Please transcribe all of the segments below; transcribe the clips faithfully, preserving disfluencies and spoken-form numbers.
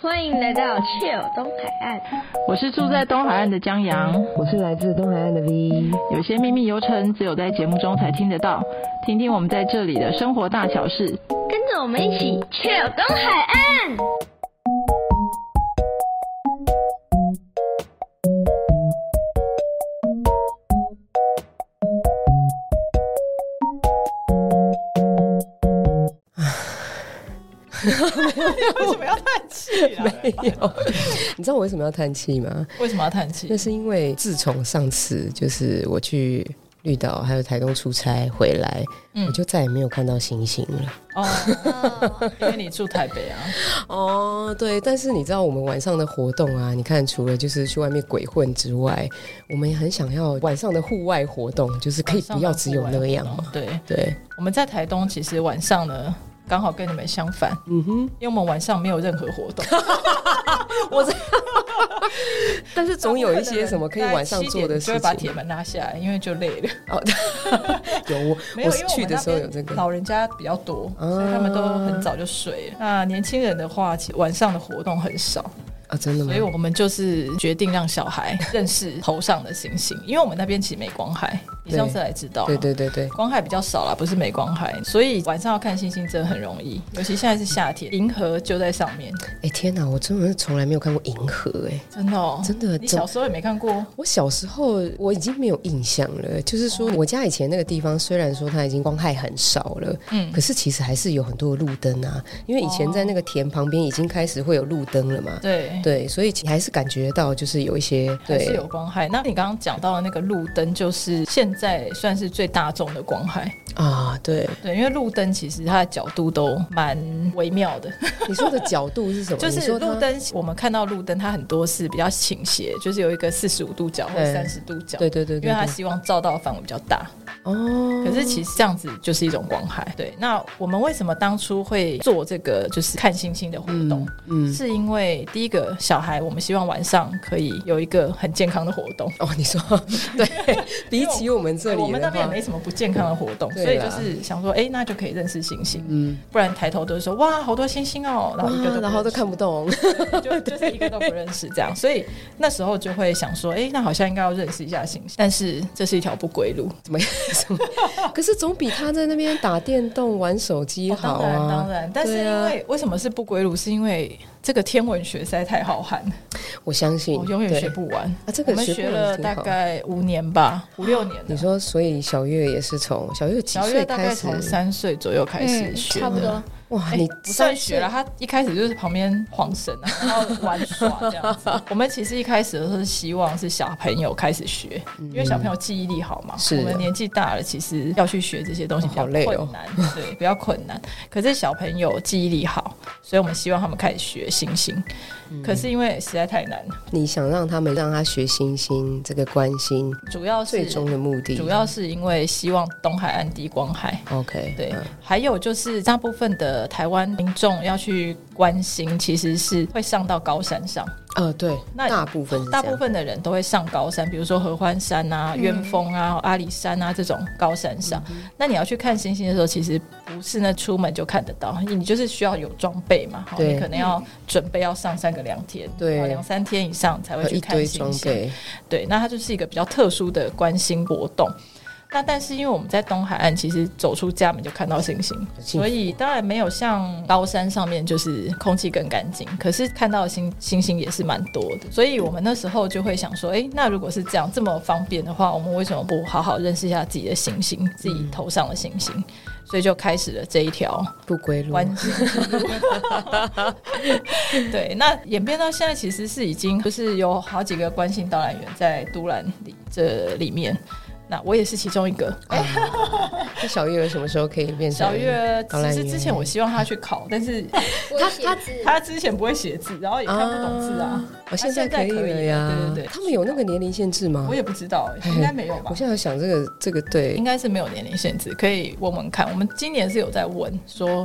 欢迎来到 Chill 东海岸， 我是住在东海岸的江阳， 我是来自东海岸的 V。 有些秘密游程只有在节目中才听得到，听听我们在这里的生活大小事， 跟着我们一起 Chill 东海岸。 为什么要叹气啊？ 没有，你知道我为什么要叹气吗？ 为什么要叹气？ 那是因为自从上次就是我去绿岛还有台东出差回来、嗯、我就再也没有看到星星了。 哦，因为你住台北啊。 哦，对，但是你知道我们晚上的活动啊，你看除了就是去外面鬼混之外，我们也很想要晚上的户外活动，就是可以不要只有那样嘛。 对对， 我们在台东其实晚上呢刚好跟你们相反，嗯哼，因为我们晚上没有任何活动。 我这但是总有一些什么可以晚上做的事情， 就会把铁门拉下来，因为就累了。哦， 有我我去的时候有这个。 老人家比较多，所以他们都很早就睡了。那年轻人的话，其实晚上的活动很少。 啊，真的吗？ 所以我们就是决定让小孩认识头上的星星，因为我们那边其实没光害，你上次来知道， 对对对对， 光害比较少啦，不是没光害，所以晚上要看星星真的很容易，尤其现在是夏天，银河就在上面。 哎、欸、天哪，我真的是从来没有看过银河。哎、欸， 真的哦， 真的， 你小时候也没看过？ 我小时候我已经没有印象了，就是说我家以前那个地方虽然说它已经光害很少了，嗯，可是其实还是有很多的路灯啊，因为以前在那个田旁边已经开始会有路灯了嘛， 对对，所以还是感觉到就是有一些对还是有光害。那你刚刚讲到的那个路灯，就是现在算是最大众的光害啊，对对，因为路灯其实它的角度都蛮微妙的。 你说的角度是什么？ 就是路灯，我们看到路灯，它很多是比较倾斜，就是有一个四十五度角或者三十度角， 对对 对, 对, 对， 因为它希望照到的范围比较大。哦，可是其实这样子就是一种光害。对，那我们为什么当初会做这个就是看星星的活动？嗯，嗯是因为第一个小孩，我们希望晚上可以有一个很健康的活动。 哦，你说对，比起我们这里的话， 我们那边没什么不健康的活动，所以就是想说，哎、欸，那就可以认识星星。嗯，不然抬头都是说哇，好多星星哦，然后一个都然后都看不懂， 就就是一个都不认识这样。所以那时候就会想说，哎、欸，那好像应该要认识一下星星。但是这是一条不归路， 怎么样？可是总比他在那边打电动玩手机好啊。哦、 当然当然，但是因为、啊、为什么是不归路？是因为这个天文学实在太浩瀚， 我相信我永远学不完啊。这个我们学了大概五年吧，五六年了。 你说，所以小月也是从小月几岁开始？ 小月大概从三岁左右开始学的，嗯、差不多。 哇，你不算学了，他一开始就是旁边晃神啊，然后玩耍这样子。我们其实一开始的时候是希望是小朋友开始学，嗯、因为小朋友记忆力好嘛。是我们年纪大了，其实要去学这些东西比较困难，哦、对，比较困难。可是小朋友记忆力好，所以我们希望他们开始学星星。嗯、可是因为实在太难了， 你想让他们让他学星星这个关心， 主要是最终的目的， 主要是因为希望东海岸低光害。 OK， 对、嗯，还有就是大部分的台湾民众要去观星，其实是会上到高山上。 呃，对，那大部分是大部分的人都会上高山，比如说合欢山啊、鸢峰啊、阿里山啊这种高山上。嗯、那你要去看星星的时候，其实不是那出门就看得到，你就是需要有装备嘛。你可能要准备要上山个两天，对，两三天以上才会去看星星。对，那它就是一个比较特殊的观星活动。那但是因为我们在东海岸，其实走出家门就看到星星，所以当然没有像高山上面就是空气更干净，可是看到的星星星也是蛮多的。所以我们那时候就会想说，哎、欸，那如果是这样这么方便的话，我们为什么不好好认识一下自己的星星，自己头上的星星？所以就开始了这一条不归路。 对，那演变到现在，其实是已经就是有好几个观星导览员在都兰里这里面。那我也是其中一个。那、啊、 小月什么时候可以变成？ 小月其实之前我希望他去考，但是他他他之前不会写字，然后也看不懂字啊。 我、啊、现在可以了呀。 对对对， 他们有那个年龄限制吗？ 我也不知道，应该没有吧。 我现在想这个这个对， 应该是没有年龄限制，可以问问看。我们今年是有在问说。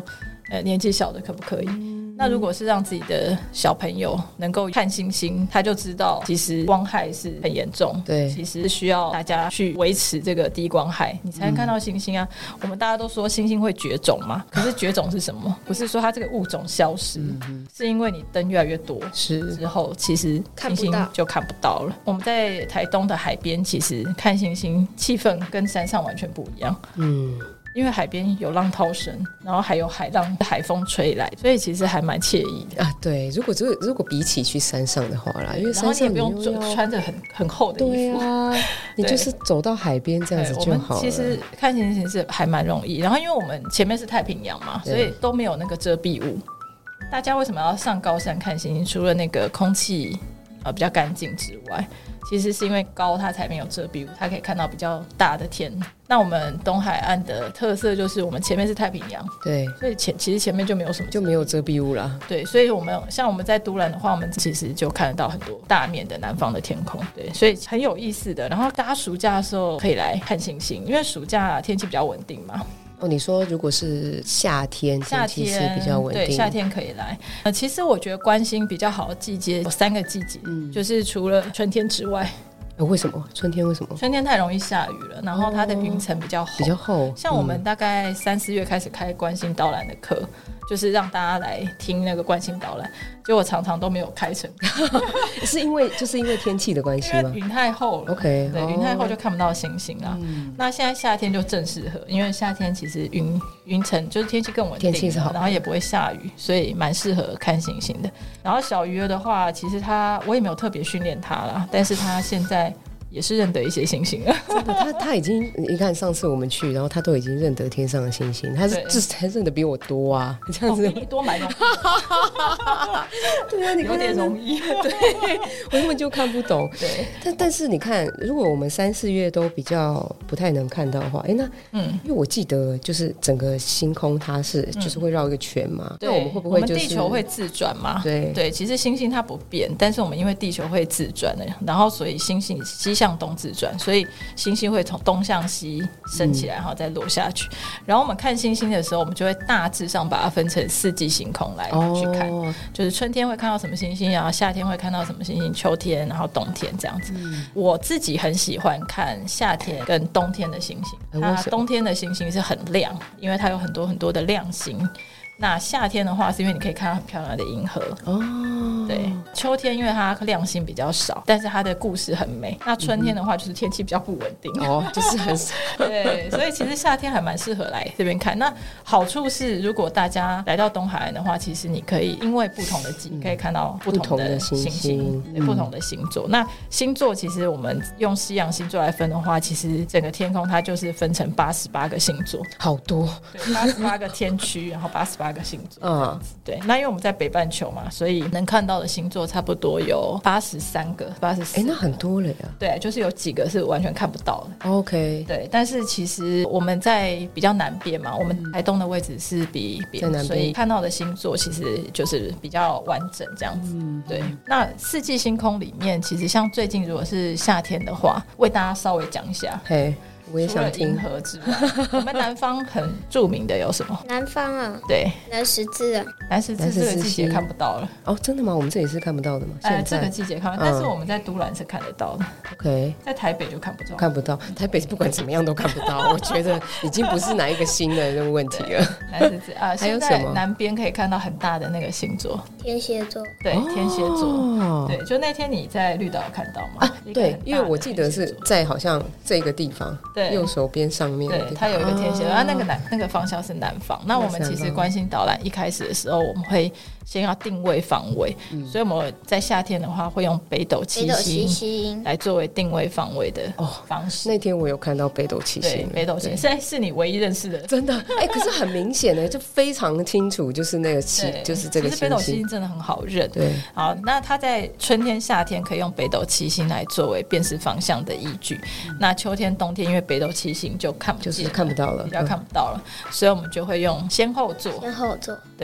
呃年纪小的可不可以？嗯、那如果是让自己的小朋友能够看星星，他就知道其实光害是很严重， 对， 其实需要大家去维持这个低光害，你才能看到星星啊。嗯、我们大家都说星星会绝种嘛，可是绝种是什么？不是说它这个物种消失，嗯、是因为你灯越来越多是之后，其实星星就看不到了。我们在台东的海边，其实看星星气氛跟山上完全不一样。嗯。因为海边有浪涛声，然后还有海浪、海风吹来，所以其实还蛮惬意的啊。 对，如果如果比起去山上的话啦，因为山上你也不用穿着很很厚的衣服， 对啊，你就是走到海边这样子就好了。 其实看星星是还蛮容易，然后因为我们前面是太平洋嘛，所以都没有那个遮蔽物。大家为什么要上高山看星星？除了那个空气呃比较干净之外，其实是因为高它才没有遮蔽物，它可以看到比较大的天。那我们东海岸的特色就是我们前面是太平洋， 对， 所以前其实前面就没有什么就没有遮蔽物啦。 对，所以我们像我们在都兰的话，我们其实就看得到很多大面的南方的天空，对，所以很有意思的。然后大家暑假的时候可以来看星星，因为暑假天气比较稳定嘛。 哦，你说如果是夏天，夏天是比较稳定， 对，夏天可以来。呃，其实我觉得观星比较好的季节有三个季节，嗯，就是除了春天之外。 呃、为什么春天为什么春天太容易下雨了，然后它的云层比较厚， 比较厚。 像我们大概三四月开始开观星导览的课，就是让大家来听那个观星导览，结果常常都没有开成。 是因为就是因为天气的关系吗？ 因为云太厚了。 OK， 对，云太厚就看不到星星啦。嗯、那现在夏天就正适合，因为夏天其实云云层就是天气更稳定， 天气是好， 然后也不会下雨，所以蛮适合看星星的。然后小鱼儿的话，其实它我也没有特别训练它啦，但是它现在也是认得一些星星了。 真的，他他已经，你看上次我们去，然后他都已经认得天上的星星，他是这才认得比我多啊，这样子、 哦、比你多蛮容易。 对啊，你看有点容易， 对，我根本就看不懂。 对， 但但是你看，如果我们三四月都比较不太能看到的话，哎，那嗯，因为我记得就是整个星空它是就是会绕一个圈嘛，嗯、那我们会不会、就是、 我们地球会自转嘛？ 对对，其实星星它不变，但是我们因为地球会自转的，然后所以星星西向东自转，所以星星会从东向西升起来，然后再落下去。然后我们看星星的时候，我们就会大致上把它分成四季星空来去看，哦、就是春天会看到什么星星，然后夏天会看到什么星星，秋天，然后冬天这样子。嗯、我自己很喜欢看夏天跟冬天的星星，它冬天的星星是很亮，因为它有很多很多的亮星。那夏天的话是因为你可以看到很漂亮的银河哦，对。秋天因为它亮星比较少，但是它的故事很美。那春天的话就是天气比较不稳定哦，就是很对，所以其实夏天还蛮适合来这边看。那好处是，如果大家来到东海岸的话，其实你可以因为不同的季，嗯、可以看到不同的星星、星星不同的星座。嗯、那星座其实我们用西洋星座来分的话，其实整个天空它就是分成八十八个星座， 好多， 对，八十八个天区，然后八十八个星座，嗯，对。那因为我们在北半球嘛，所以能看到的星座差不多有八十三个，八十四。 哎，那很多了呀。 对，就是有几个是完全看不到的。 OK， 对。但是其实我们在比较南边嘛，我们台东的位置是比比在南边， 所以看到的星座其实就是比较完整这样子。嗯，对。那四季星空里面，其实像最近如果是夏天的话，为大家稍微讲一下。 嘿。我也想听。 除了银河之外，我们南方很著名的有什么？ 南方啊， 对， 南十字啊， 南十字这个季节看不到了。 哦，真的吗？我们这里是看不到的吗？ 哎，这个季节看不到，但是我们在都兰是看得到的。 OK， 在台北就看不到， 看不到。台北不管怎么样都看不到，我觉得已经不是哪一个星的这个问题了。 南十字啊，还有什么？南边可以看到很大的那个星座， 天蝎座。 对，天蝎座。对，就那天你在绿岛有看到吗？ 对，因为我记得是在好像这个地方，对，右手边上面， 对，它有一个天蝎座，啊，那个南那个方向是南方。那我们其实观星导览一开始的时候，我们会先要定位方位，嗯、所以我们在夏天的话会用北斗七星来作为定位方位的方式。 哦、那天我有看到北斗七星， 对，北斗七星现在是你唯一认识的， 真的。哎、欸，可是很明显的，就非常清楚，就是那个七，就是这个星星。其实北斗七星真的很好认。 对， 好，那它在春天、夏天可以用北斗七星来作为辨识方向的依据。嗯、那秋天、冬天因为北斗七星就看不见， 就是看不到了， 比较看不到了，嗯、所以我们就会用先后座， 先后座， 对，来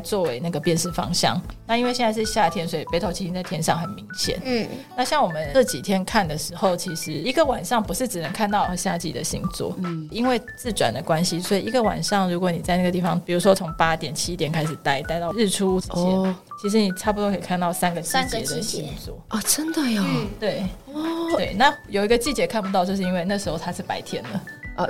作为那个辨识方向。那因为现在是夏天，所以北斗七星在天上很明显。嗯，那像我们这几天看的时候，其实一个晚上不是只能看到夏季的星座，嗯，因为自转的关系，所以一个晚上如果你在那个地方，比如说从八点七点开始待待到日出之前、哦，其实你差不多可以看到三个季节的星座啊、哦，真的哟、嗯， 对，哦，对，那有一个季节看不到，就是因为那时候它是白天了。啊，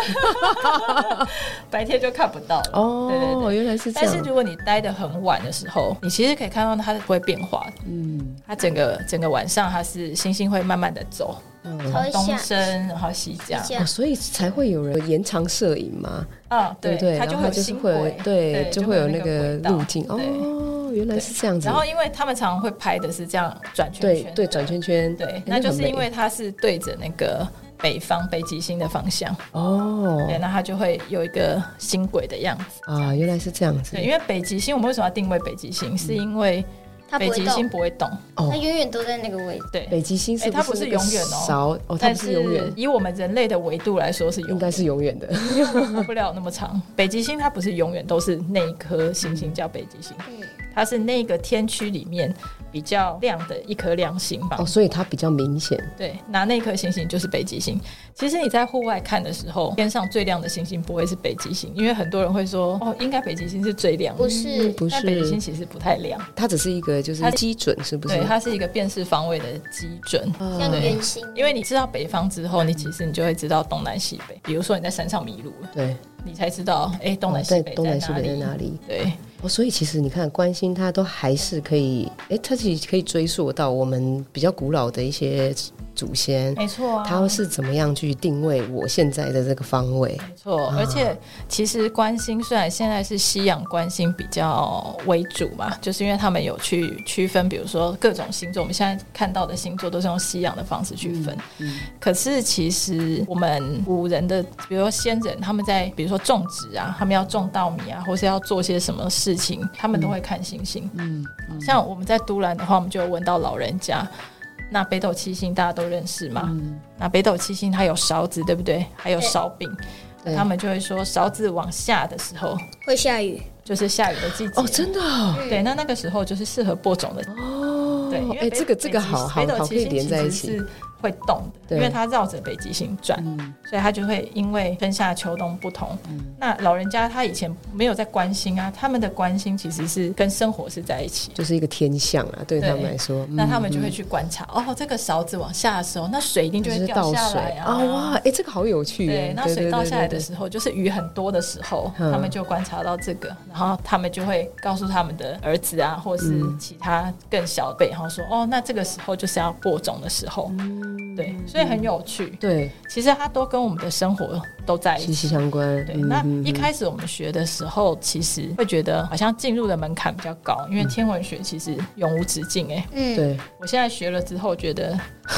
白天就看不到了。哦，对对对， 原来是这样。 但是如果你待得很晚的时候，你其实可以看到它是不会变化的。嗯，它整个整个晚上，它是星星会慢慢的走，嗯，东升然后西降、 哦，所以才会有人延长摄影嘛。 啊，对对，它就会有星轨， 对，就会有那个路径。哦，原来是这样子。 然后，因为他们常常会拍的是这样转圈圈， 对对，转圈圈， 对，那就是因为它是对着那个北方北极星的方向哦，对，那它就会有一个星轨的样子啊，原来是这样子。 对，因为北极星我们为什么要定位北极星？嗯、是因为北极星不会动， 它永远都在那个位置。 对， 北极星是不是、欸、 它不是永远哦，哦，它不是永远。 以我们人类的维度来说是永远， 应该是永远的， 活不了那么长。北极星它不是永远都是那一颗星星叫北极星，嗯、它是那个天区里面比较亮的一颗亮星吧。 哦，所以它比较明显。 对，拿那颗星星就是北极星。其实你在户外看的时候，天上最亮的星星不会是北极星，因为很多人会说，哦，应该北极星是最亮的。 不是， 不是， 但北极星其实不太亮， 它只是一个就是基准，是不是？ 对，它是一个辨识方位的基准， 像圆星。 因为你知道北方之后，你其实你就会知道东南西北。比如说你在山上迷路了，对，你才知道，哎、欸，东南西北在哪里？ 东南西北在哪里？ 对。 哦，所以其实你看，观星它都还是可以，哎，它其实可以追溯到我们比较古老的一些祖先， 没错、啊， 它是怎么样去定位我现在的这个方位？ 没错，啊、而且其实观星虽然现在是西洋观星比较为主嘛，就是因为他们有去区分，比如说各种星座，我们现在看到的星座都是用西洋的方式去分。嗯嗯、可是其实我们古人的，比如说先人，他们在比如说种植啊，他们要种稻米啊，或是要做些什么事。他们都会看星星、嗯嗯、像我们在都兰的话，我们就有问到老人家，那北斗七星大家都认识吗、嗯、那北斗七星它有勺子对不对，还有勺柄，他们就会说勺子往下的时候会下雨， 就是下雨的季节哦，真的、哦、 对，那那个时候就是适合播种的哦，对，因为、 欸、这个这个好好好可以连在一起， 会动的，因为它绕着北极星转、嗯、所以它就会因为春夏秋冬不同、嗯、那老人家他以前没有在观星啊，他们的观星其实是跟生活是在一起， 就是一个天象啊，对他们来说、嗯、 那他们就会去观察、嗯、哦，这个勺子往下的时候，那水一定就会掉下来啊， 哦、哇，哎、欸，这个好有趣耶， 对，那水倒下来的时候就是雨很多的时候、嗯、他们就观察到这个，然后他们就会告诉他们的儿子啊或是其他更小辈，然后说哦，那这个时候就是要播种的时候、嗯、对，所以很有趣、嗯、对，其实它都跟我们的生活都在一起， 息息相关。 对、嗯，那一开始我们学的时候其实会觉得好像进入的门槛比较高，因为天文学其实永无止境哎、欸。嗯，对，我现在学了之后觉得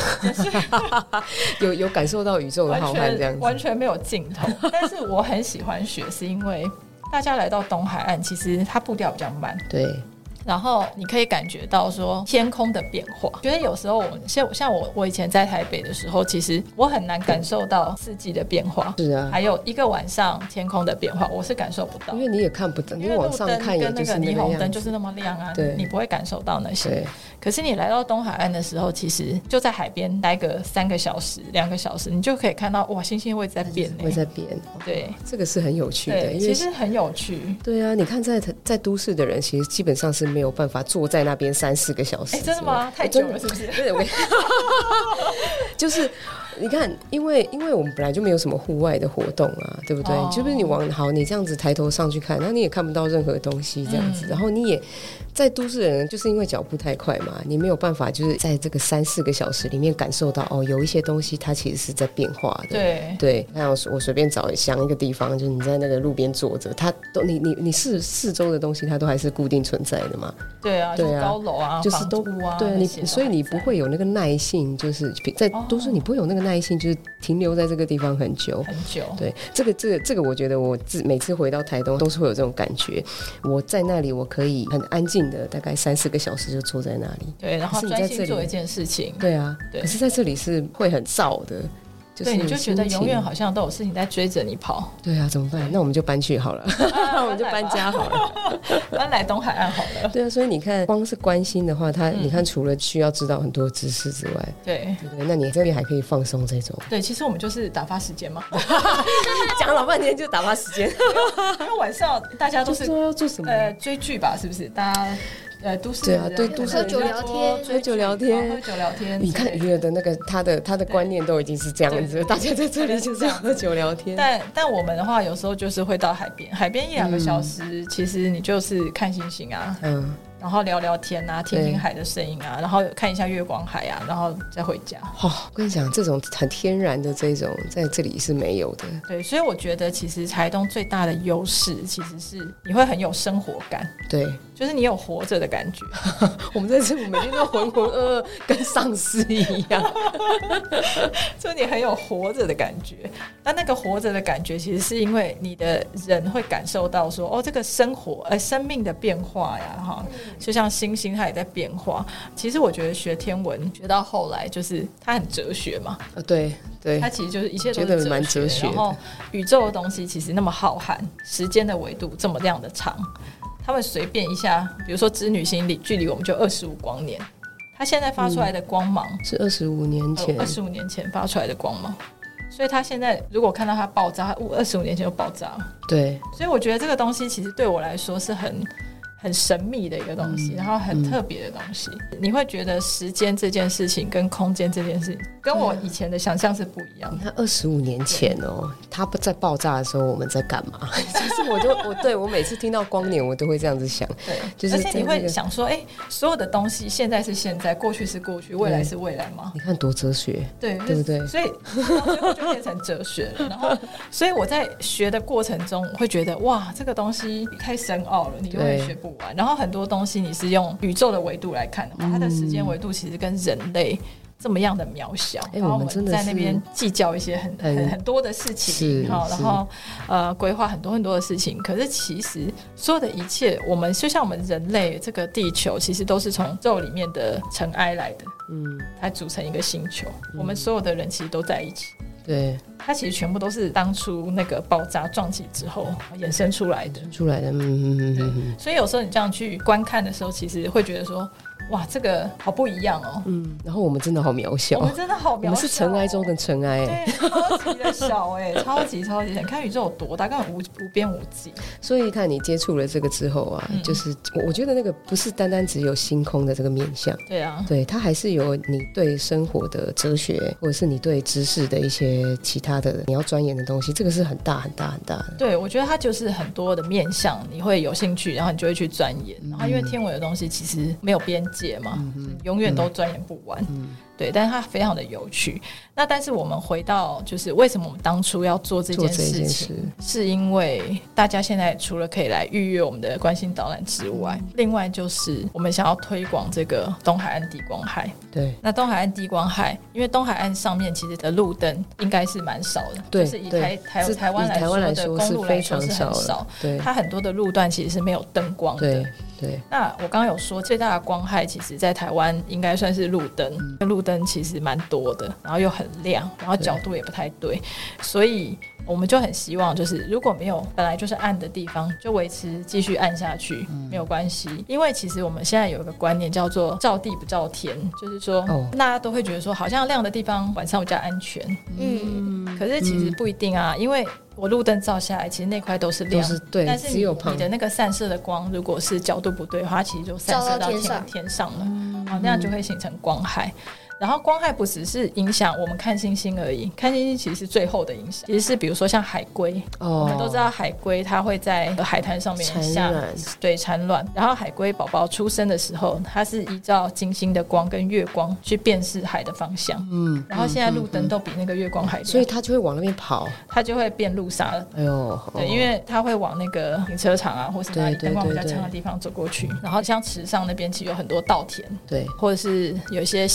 有有感受到宇宙的浩瀚这样子， 完全没有尽头。但是我很喜欢学，是因为大家来到东海岸，其实它步调比较慢。对。然后你可以感觉到说天空的变化，觉得有时候我像像我我以前在台北的时候，其实我很难感受到四季的变化，是啊，还有一个晚上天空的变化，我是感受不到， 因为你也看不到，你往上看也就是那个霓虹灯就是那么亮啊，对，你不会感受到那些。可是你来到东海岸的时候，其实就在海边待个三个小时、两个小时，你就可以看到哇，星星会在变、欸， 会在变， 对， 这个是很有趣的， 因为其实很有趣。 对啊，你看在在都市的人，其实基本上是没有办法坐在那边三四个小时。 哎、欸，真的吗？太久了，是不是？ 对，我就是你看，因为因为我们本来就没有什么户外的活动啊，对不对？哦、就是你往好，你这样子抬头上去看，那你也看不到任何东西，这样子，嗯、然后你也在都市的人，就是因为脚步太快嘛，你没有办法就是在这个三四个小时里面感受到哦，有一些东西它其实是在变化的。对对，那我我随便找想一个地方，就是你在那个路边坐着，它都你你你四四周的东西，它都还是固定存在的嘛。 对啊，对啊，高楼啊，就是都啊， 对你，所以你不会有那个耐性，就是在都市你不会有那个耐性，就是停留在这个地方很久很久。 对，这个这个这个，我觉得我自每次回到台东都是会有这种感觉。我在那里，我可以很安静的，大概三四个小时就坐在那里。 对，然后专心做一件事情。 对啊，对。可是在这里是会很燥的。 就是对，你就觉得心情永远好像都有事情在追着你跑。 对啊，怎么办？那我们就搬去好了，那、我们就搬家好了， 搬来东海岸好了。 对啊，所以你看，光是关心的话，他、嗯、你看除了需要知道很多知识之外， 对对对，那你这边还可以放松这种。 对，其实我们就是打发时间嘛， 讲老半天就打发时间， 因为晚上大家都是说要做什么？ 呃，追剧吧，是不是？大家。呃，都市对啊，对，都市喝酒聊天， 喝酒聊天， 喝酒聊天。 你看娱乐的那个他的他的观念都已经是这样子，大家在这里就是喝酒聊天。 但但我们的话，有时候就是会到海边，海边一两个小时，嗯、其实你就是看星星啊，嗯，然后聊聊天啊，听听海的声音啊，然后看一下月光海啊，然后再回家。 哦，我跟你讲，这种很天然的这种，在这里是没有的。 对，所以我觉得其实台东最大的优势其实是你会很有生活感。 对。 就是你有活着的感觉， 我们在这里每天都浑浑噩噩，跟丧尸一样， 就你很有活着的感觉。但那个活着的感觉，其实是因为你的人会感受到说，哦，这个生活，呃，生命的变化呀，哈，就像星星它也在变化。其实我觉得学天文学到后来，就是它很哲学嘛， 啊，对对， 它其实就是一切都是哲学，觉得蛮哲学的。然后宇宙的东西其实那么浩瀚，时间的维度这么亮的长。他们随便一下，比如说织女星离距离我们就二十五光年，它现在发出来的光芒、 嗯、是二十五年前， 二十五年前发出来的光芒，所以它现在如果看到它爆炸，二十五年前就爆炸了。 对， 所以我觉得这个东西其实对我来说是很很神秘的一个东西，嗯、然后很特别的东西。嗯、你会觉得时间这件事情跟空间这件事情，跟我以前的想象是不一样的。 你看二十五年前哦，它在爆炸的时候我们在干嘛？就是我就我对我每次听到光年，我都会这样子想。 对， 就是、 而且你会想说，哎、欸，所有的东西现在是现在，过去是过去，未来是未来吗？ 你看多哲学， 对对不对？ 所以到最后就变成哲学了。然后，所以我在学的过程中，会觉得哇，这个东西太深奥了，你永远学不完。然后很多东西你是用宇宙的维度来看的话，它的时间维度其实跟人类这么样的渺小， 欸、 然后我们在那边计较一些很很很多的事情，然后呃规划很多很多的事情。可是其实所有的一切，我们就像我们人类这个地球，其实都是从宇宙里面的尘埃来的，嗯，才组成一个星球。嗯、我们所有的人其实都在一起。 对， 它其实全部都是当初那个爆炸撞击之后衍生出来的， 出来的。嗯嗯嗯。 所以有时候你这样去观看的时候，其实会觉得说，哇，这个好不一样哦。 嗯，然后我们真的好渺小， 我们真的好渺小， 我们是尘埃中的尘埃， 对，超级的小哎，超级超级小。你看宇宙有多大，根本无无边无际。 所以看你接触了这个之后啊，嗯、就是我觉得那个不是单单只有星空的这个面向， 对啊， 对，它还是有你对生活的哲学，或者是你对知识的一些其他的你要钻研的东西，这个是很大很大很大的。 对，我觉得它就是很多的面向，你会有兴趣，然后你就会去钻研。然后因为天文的东西其实没有边界嘛。嗯、永远都钻研不完，嗯、对，但是它非常的有趣。那但是我们回到就是为什么我们当初要做这件事情，是因为大家现在除了可以来预约我们的观星导览之外，嗯、另外就是我们想要推广这个东海岸地光害。 对， 那东海岸地光害，因为东海岸上面其实的路灯应该是蛮少的， 对， 就是以台台台湾来说的公路来说是很少，对，它很多的路段其实是没有灯光的。 对对， 那我刚刚有说最大的光害，其实在台湾应该算是路灯，嗯、路灯其实蛮多的，然后又很亮，然后角度也不太对，所以我们就很希望，就是如果没有本来就是暗的地方，就维持继续暗下去，嗯、没有关系。因为其实我们现在有一个观念叫做照地不照天，就是说、哦、大家都会觉得说，好像亮的地方晚上比较安全，嗯，可是其实不一定啊，因为我路灯照下来，其实那块都是亮， 都是对， 但是 你, 你的那个散射的光，如果是角度不对的话，其实就散射到天上, 天上了，嗯、那样就会形成光害。然后光害不只是影响我们看星星而已，看星星其实是最后的影响，其实是比如说像海龟，哦、我们都知道海龟它会在海滩上面下对产卵，然后海龟宝宝出生的时候，它是依照金星的光跟月光去辨识海的方向，嗯，然后现在路灯都比那个月光还亮， 所以它就会往那边跑， 它就会变路杀了， 哎呦， 对，因为它会往那个停车场啊，或是哪里灯光比较强的地方走过去，然后像池上那边其实有很多稻田， 对， 或者是有一些西部地方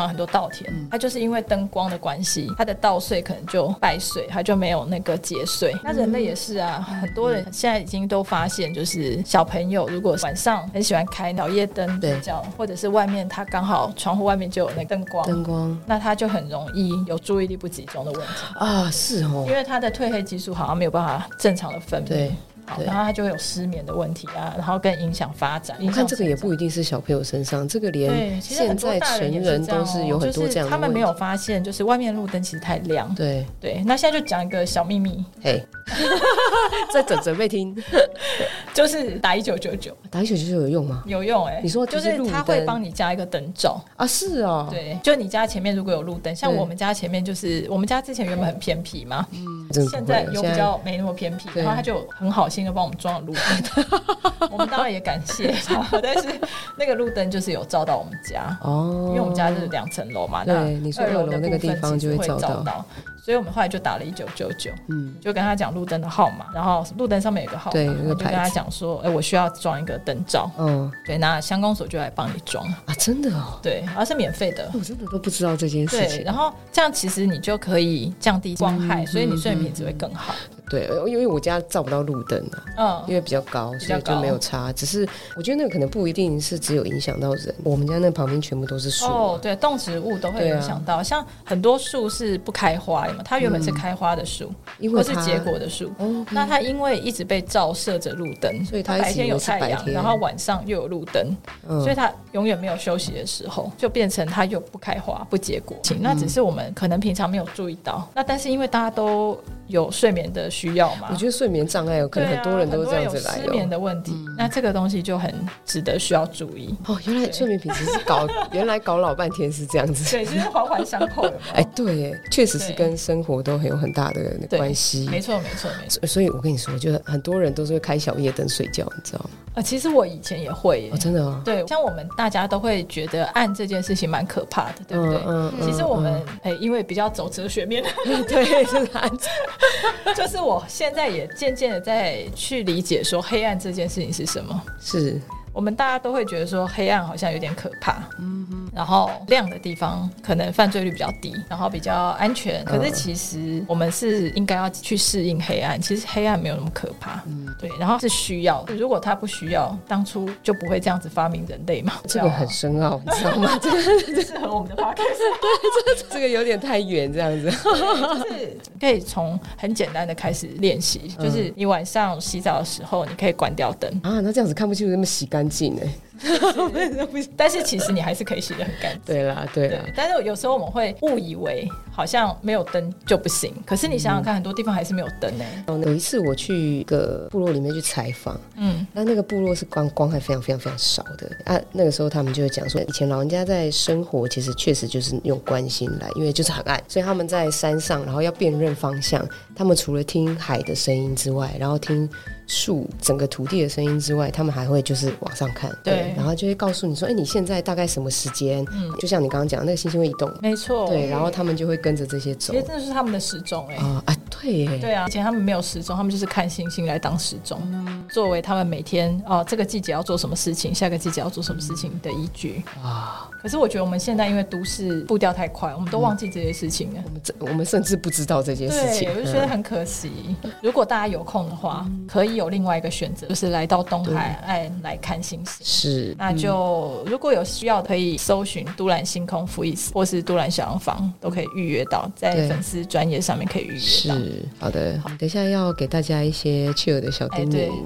有很多稻田，嗯、它就是因为灯光的关系，它的稻穗可能就败穗，它就没有那个结穗。那人类也是啊，很多人现在已经都发现，就是小朋友如果晚上很喜欢开小夜灯睡觉，或者是外面他刚好窗户外面就有那个灯光， 灯光， 那他就很容易有注意力不集中的问题啊，是哦， 因为他的褪黑激素好像没有办法正常的分泌。好，然后他就会有失眠的问题啊，然后更影响发展。 我看这个也不一定是小朋友身上，这个连现在成人都是有很多这样的问题。 就是他们没有发现，就是外面路灯其实太亮。 对对，那现在就讲一个小秘密， 嘿，在准准备听， 就是打一九九九， 打一九九九有用吗？ 有用哎、欸， 你说就是它会帮你加一个灯罩啊？是哦， 对，就你家前面如果有路灯，像我们家前面就是我们家之前原本很偏僻嘛，嗯，现在有比较没那么偏僻，然后他就很好心的帮我们装了路灯，我们当然也感谢他，但是那个路灯就是有照到我们家哦，因为我们家是两层楼嘛，那你说二楼那个地方就会照到。 所以我们后来就打了一九九九，嗯，就跟他讲路灯的号码，然后路灯上面有一个号码， 对， 就跟他讲说，哎、欸，我需要装一个灯罩，嗯，对，那乡公所就来帮你装啊， 真的哦， 对，而是免费的， 我真的都不知道这件事情。 对，然后这样其实你就可以降低光害，嗯、所以你睡眠品质会更好。 对，因为我家照不到路灯啊，嗯，因为比较高，所以就没有差。只是我觉得那个可能不一定是只有影响到人，我们家那旁边全部都是树、啊， 哦，对，动植物都会影响到，啊、像很多树是不开花的嘛，它原本是开花的树，嗯、或是结果的树，哦 okay、那它因为一直被照射着路灯， 所以它白天有太阳，然后晚上又有路灯，嗯、所以它永远没有休息的时候，就变成它又不开花不结果。嗯、那只是我们可能平常没有注意到，那但是因为大家都有睡眠的需要嘛， 我觉得睡眠障碍有可能很多人都是这样子来的、哦， 很多人有失眠的问题、嗯，那这个东西就很值得需要注意。 哦，原来睡眠品质是搞，原来搞老半天是这样子， 对，就是环环相扣的嘛。 哎，对，确实是跟生活都很有很大的关系。 没错，没错，没错。 所以我跟你说，就很多人都是会开小夜灯睡觉，你知道吗？ 啊、呃，其实我以前也会耶， 哦，真的哦。 对，像我们大家都会觉得暗这件事情蛮可怕的，对不对？嗯嗯。其实我们哎、嗯欸，因为比较走哲学面， 对，是暗。 就是我现在也渐渐的在去理解说黑暗这件事情是什么。 是我们大家都会觉得说黑暗好像有点可怕，嗯哼，然后亮的地方可能犯罪率比较低，然后比较安全。可是其实我们是应该要去适应黑暗，其实黑暗没有那么可怕，嗯，对，然后是需要，如果它不需要，当初就不会这样子发明人类嘛。 这个很深奥，你知道吗？这个适合我们的 podcast， 对，这个有点太远，这样子， 就是可以从很简单的开始练习，就是你晚上洗澡的时候，你可以关掉灯啊，那这样子看不清楚，那么洗干净哎。 但是其实你还是可以洗得很干净。 对啦，对啦。 对，但是有时候我们会误以为好像没有灯就不行，可是你想想看，很多地方还是没有灯哎、 欸。有一次我去一个部落里面去采访，嗯，那那个部落是光光害非常非常非常少的啊。那个时候他们就会讲说，以前老人家在生活其实确实就是用观星来，因为就是很暗，所以他们在山上，然后要辨认方向，他们除了听海的声音之外，然后听树整个土地的声音之外，他们还会就是往上看， 对, 对，然后就会告诉你说，哎、欸，你现在大概什么时间？嗯，就像你刚刚讲，那个星星会移动， 没错， 对，然后他们就会跟着这些走。 其实这是他们的时钟，哎、欸， 啊啊，对耶， 对啊，以前他们没有时钟，他们就是看星星来当时钟、嗯，作为他们每天哦这个季节要做什么事情，下个季节要做什么事情的依据啊。可是我觉得我们现在因为都市步调太快，我们都忘记这些事情了。 我们我们甚至不知道这件事情， 对，我就觉得很可惜。嗯、如果大家有空的话、嗯，可以有另外一个选择，就是来到东海岸来看星星。 是， 那就、嗯、如果有需要，可以搜寻都兰星空 Freeze 或是都兰小洋房，都可以预约到，在粉丝专页上面可以预约到。 是，好的。好，等一下要给大家一些 chill 的小叮咛。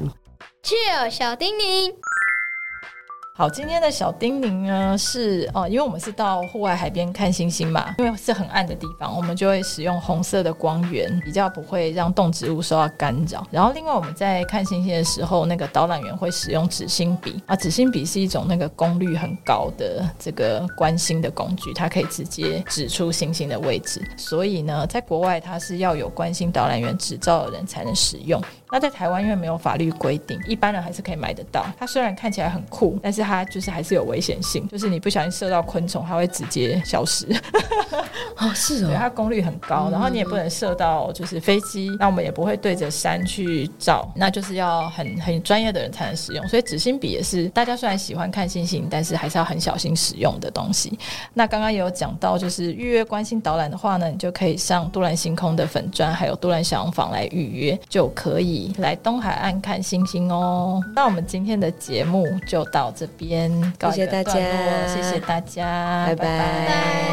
chill 小叮咛。 好，今天的小叮咛呢是哦，因为我们是到户外海边看星星嘛，因为是很暗的地方，我们就会使用红色的光源，比较不会让动植物受到干扰。然后另外我们在看星星的时候，那个导览员会使用指星笔啊，指星笔是一种那个功率很高的这个观星的工具，它可以直接指出星星的位置。所以呢，在国外它是要有观星导览员执照的人才能使用。 那在台湾因为没有法律规定，一般人还是可以买得到。它虽然看起来很酷，但是它就是还是有危险性，就是你不小心射到昆虫，它会直接消失。 哦，是哦， 对，它功率很高，然后你也不能射到就是飞机，那我们也不会对着山去照，那就是要很很专业的人才能使用。所以纸芯笔也是大家虽然喜欢看星星，但是还是要很小心使用的东西。那刚刚也有讲到，就是预约观星导览的话呢，你就可以上都兰星空的粉专还有都兰小洋房来预约，就可以来东海岸看星星哦。那我们今天的节目就到这边， 谢谢大家， 谢谢大家， 拜拜。 拜。